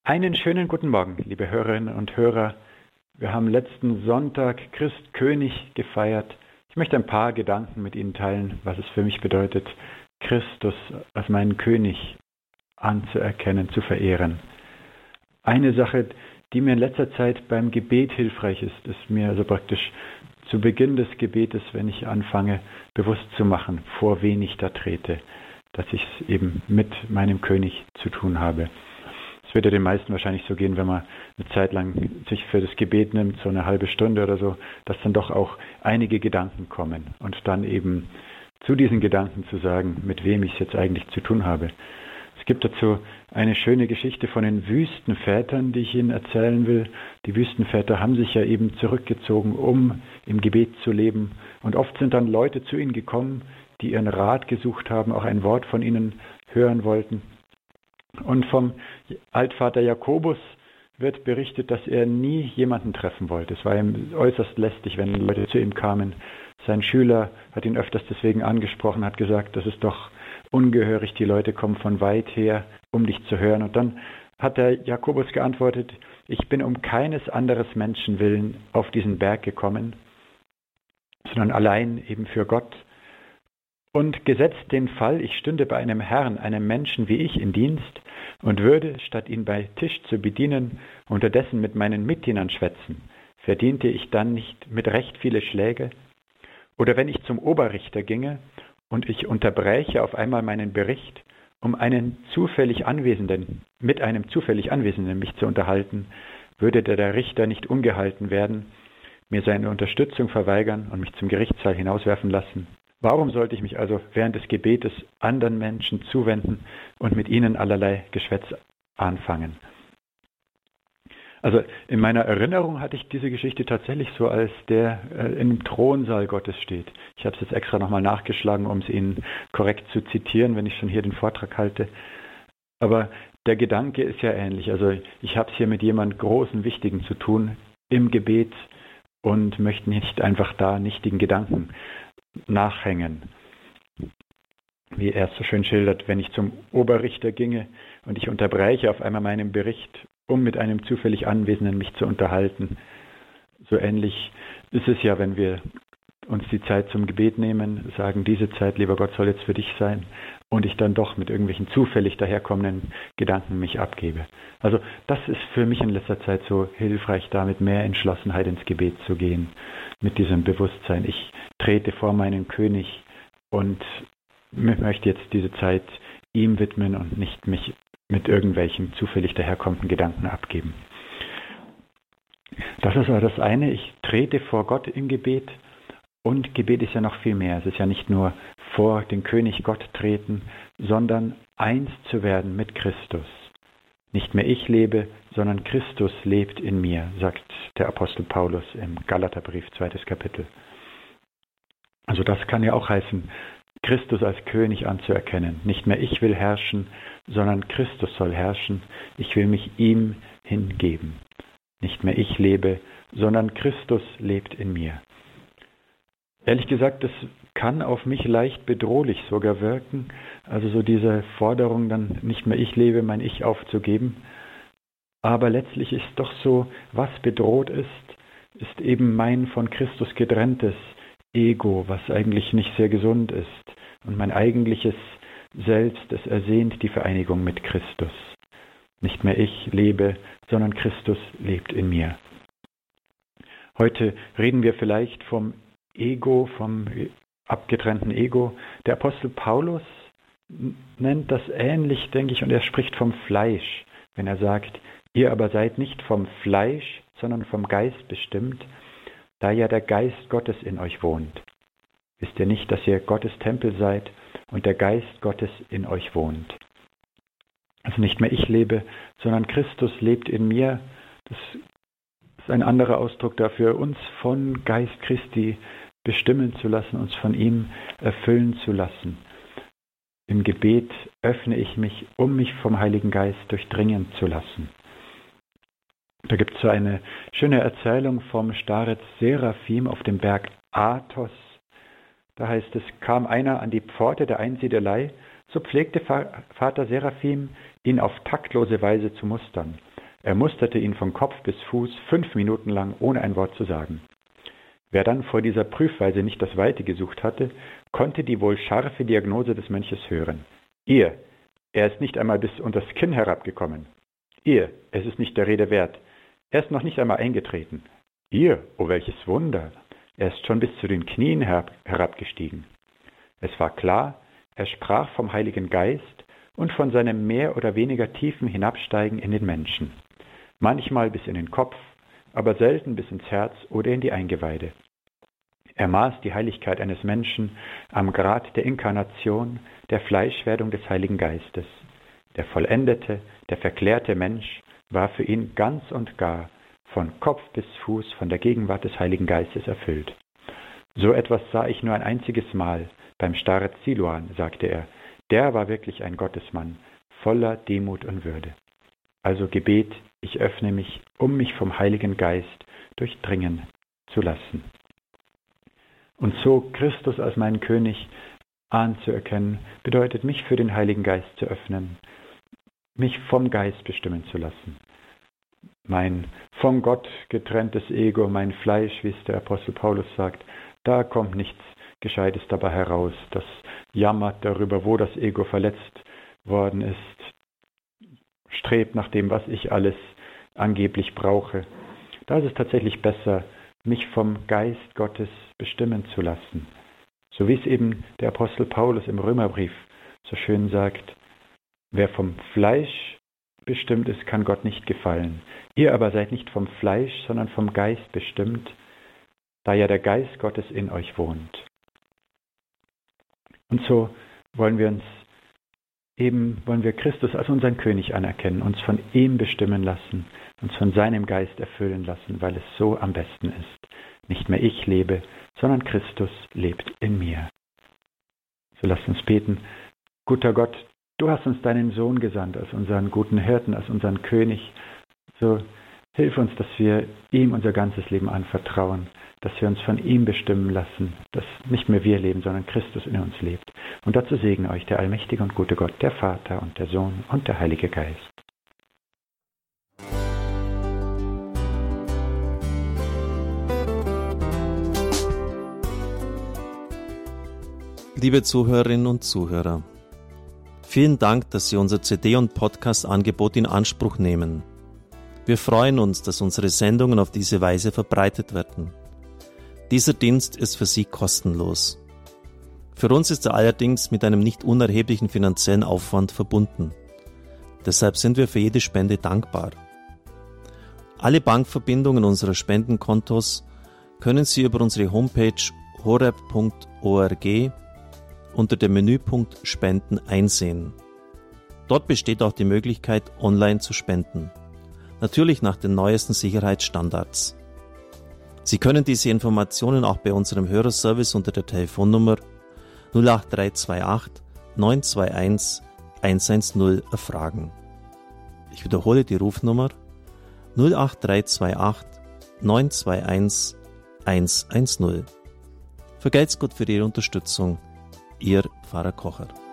Einen schönen guten Morgen, liebe Hörerinnen und Hörer. Wir haben letzten Sonntag Christkönig gefeiert. Ich möchte ein paar Gedanken mit Ihnen teilen, was es für mich bedeutet, Christus als meinen König anzuerkennen, zu verehren. Eine Sache, die mir in letzter Zeit beim Gebet hilfreich ist mir also praktisch zu Beginn des Gebetes, wenn ich anfange, bewusst zu machen, vor wen ich da trete, dass ich es eben mit meinem König zu tun habe. Es wird ja den meisten wahrscheinlich so gehen, wenn man eine Zeit lang sich für das Gebet nimmt, so eine halbe Stunde oder so, dass dann doch auch einige Gedanken kommen und dann eben zu diesen Gedanken zu sagen, mit wem ich es jetzt eigentlich zu tun habe. Es gibt dazu eine schöne Geschichte von den Wüstenvätern, die ich Ihnen erzählen will. Die Wüstenväter haben sich ja eben zurückgezogen, um im Gebet zu leben. Und oft sind dann Leute zu ihnen gekommen, die ihren Rat gesucht haben, auch ein Wort von ihnen hören wollten. Und vom Altvater Jakobus wird berichtet, dass er nie jemanden treffen wollte. Es war ihm äußerst lästig, wenn Leute zu ihm kamen. Sein Schüler hat ihn öfters deswegen angesprochen, hat gesagt, das ist doch ungehörig, die Leute kommen von weit her, um dich zu hören. Und dann hat der Jakobus geantwortet, ich bin um keines anderes Menschen willen auf diesen Berg gekommen, sondern allein eben für Gott. Und gesetzt den Fall, ich stünde bei einem Herrn, einem Menschen wie ich in Dienst und würde, statt ihn bei Tisch zu bedienen, unterdessen mit meinen Mitdienern schwätzen, verdiente ich dann nicht mit Recht viele Schläge? Oder wenn ich zum Oberrichter ginge und ich unterbräche auf einmal meinen Bericht, um mit einem zufällig Anwesenden mich zu unterhalten, würde der Richter nicht ungehalten werden, mir seine Unterstützung verweigern und mich zum Gerichtssaal hinauswerfen lassen? Warum sollte ich mich also während des Gebetes anderen Menschen zuwenden und mit ihnen allerlei Geschwätz anfangen? Also in meiner Erinnerung hatte ich diese Geschichte tatsächlich so, als der im Thronsaal Gottes steht. Ich habe es jetzt extra nochmal nachgeschlagen, um es Ihnen korrekt zu zitieren, wenn ich schon hier den Vortrag halte. Aber der Gedanke ist ja ähnlich. Also ich habe es hier mit jemand Großen, Wichtigen zu tun im Gebet und möchte nicht einfach da nichtigen Gedanken nachhängen. Wie er es so schön schildert, wenn ich zum Oberrichter ginge und ich unterbreche auf einmal meinen Bericht, um mit einem zufällig Anwesenden mich zu unterhalten. So ähnlich ist es ja, wenn wir uns die Zeit zum Gebet nehmen, sagen, diese Zeit, lieber Gott, soll jetzt für dich sein, und ich dann doch mit irgendwelchen zufällig daherkommenden Gedanken mich abgebe. Also das ist für mich in letzter Zeit so hilfreich, da mit mehr Entschlossenheit ins Gebet zu gehen, mit diesem Bewusstsein, ich trete vor meinen König und möchte jetzt diese Zeit ihm widmen und nicht mich mit irgendwelchen zufällig daherkommenden Gedanken abgeben. Das ist aber das eine, ich trete vor Gott im Gebet, und Gebet ist ja noch viel mehr. Es ist ja nicht nur vor den König Gott treten, sondern eins zu werden mit Christus. Nicht mehr ich lebe, sondern Christus lebt in mir, sagt der Apostel Paulus im Galaterbrief, 2. Kapitel. Also das kann ja auch heißen, Christus als König anzuerkennen. Nicht mehr ich will herrschen, sondern Christus soll herrschen. Ich will mich ihm hingeben. Nicht mehr ich lebe, sondern Christus lebt in mir. Ehrlich gesagt, das kann auf mich leicht bedrohlich sogar wirken. Also so diese Forderung, dann nicht mehr ich lebe, mein Ich aufzugeben. Aber letztlich ist doch so, was bedroht ist eben mein von Christus getrenntes Ego, was eigentlich nicht sehr gesund ist. Und mein eigentliches Selbst, es ersehnt die Vereinigung mit Christus. Nicht mehr ich lebe, sondern Christus lebt in mir. Heute reden wir vielleicht vom Ego, vom abgetrennten Ego. Der Apostel Paulus nennt das ähnlich, denke ich, und er spricht vom Fleisch, wenn er sagt, ihr aber seid nicht vom Fleisch, sondern vom Geist bestimmt, da ja der Geist Gottes in euch wohnt. Wisst ihr nicht, dass ihr Gottes Tempel seid und der Geist Gottes in euch wohnt? Also nicht mehr ich lebe, sondern Christus lebt in mir. Das ist ein anderer Ausdruck dafür, uns von Geist Christi bestimmen zu lassen, uns von ihm erfüllen zu lassen. Im Gebet öffne ich mich, um mich vom Heiligen Geist durchdringen zu lassen. Da gibt es so eine schöne Erzählung vom Starez Seraphim auf dem Berg Athos. Da heißt es, kam einer an die Pforte der Einsiedelei, so pflegte Vater Seraphim, ihn auf taktlose Weise zu mustern. Er musterte ihn von Kopf bis Fuß 5 Minuten lang, ohne ein Wort zu sagen. Wer dann vor dieser Prüfweise nicht das Weite gesucht hatte, konnte die wohl scharfe Diagnose des Mönches hören. Er ist nicht einmal bis unters Kinn herabgekommen. Es ist nicht der Rede wert. Er ist noch nicht einmal eingetreten. Oh welches Wunder! Er ist schon bis zu den Knien herabgestiegen. Es war klar, er sprach vom Heiligen Geist und von seinem mehr oder weniger tiefen Hinabsteigen in den Menschen. Manchmal bis in den Kopf, aber selten bis ins Herz oder in die Eingeweide. Er maß die Heiligkeit eines Menschen am Grad der Inkarnation, der Fleischwerdung des Heiligen Geistes. Der vollendete, der verklärte Mensch war für ihn ganz und gar von Kopf bis Fuß von der Gegenwart des Heiligen Geistes erfüllt. So etwas sah ich nur ein einziges Mal beim Starez Siloan, sagte er. Der war wirklich ein Gottesmann, voller Demut und Würde. Also Gebet, ich öffne mich, um mich vom Heiligen Geist durchdringen zu lassen. Und so Christus als meinen König anzuerkennen, bedeutet, mich für den Heiligen Geist zu öffnen, mich vom Geist bestimmen zu lassen. Mein von Gott getrenntes Ego, mein Fleisch, wie es der Apostel Paulus sagt, da kommt nichts Gescheites dabei heraus. Das jammert darüber, wo das Ego verletzt worden ist, strebt nach dem, was ich alles angeblich brauche. Da ist es tatsächlich besser, mich vom Geist Gottes bestimmen zu lassen. So wie es eben der Apostel Paulus im Römerbrief so schön sagt, wer vom Fleisch bestimmt ist, kann Gott nicht gefallen. Ihr aber seid nicht vom Fleisch, sondern vom Geist bestimmt, da ja der Geist Gottes in euch wohnt. Und so wollen wir Christus als unseren König anerkennen, uns von ihm bestimmen lassen, uns von seinem Geist erfüllen lassen, weil es so am besten ist. Nicht mehr ich lebe, sondern Christus lebt in mir. So lasst uns beten. Guter Gott, du hast uns deinen Sohn gesandt als unseren guten Hirten, als unseren König. So hilf uns, dass wir ihm unser ganzes Leben anvertrauen, dass wir uns von ihm bestimmen lassen, dass nicht mehr wir leben, sondern Christus in uns lebt. Und dazu segne euch der allmächtige und gute Gott, der Vater und der Sohn und der Heilige Geist. Liebe Zuhörerinnen und Zuhörer, vielen Dank, dass Sie unser CD- und Podcast-Angebot in Anspruch nehmen. Wir freuen uns, dass unsere Sendungen auf diese Weise verbreitet werden. Dieser Dienst ist für Sie kostenlos. Für uns ist er allerdings mit einem nicht unerheblichen finanziellen Aufwand verbunden. Deshalb sind wir für jede Spende dankbar. Alle Bankverbindungen unserer Spendenkontos können Sie über unsere Homepage horeb.org unter dem Menüpunkt Spenden einsehen. Dort besteht auch die Möglichkeit, online zu spenden. Natürlich nach den neuesten Sicherheitsstandards. Sie können diese Informationen auch bei unserem Hörerservice unter der Telefonnummer 08328 921 110 erfragen. Ich wiederhole die Rufnummer 08328 921 110. Vergelt's Gott für Ihre Unterstützung. Ihr Pfarrer Kocher.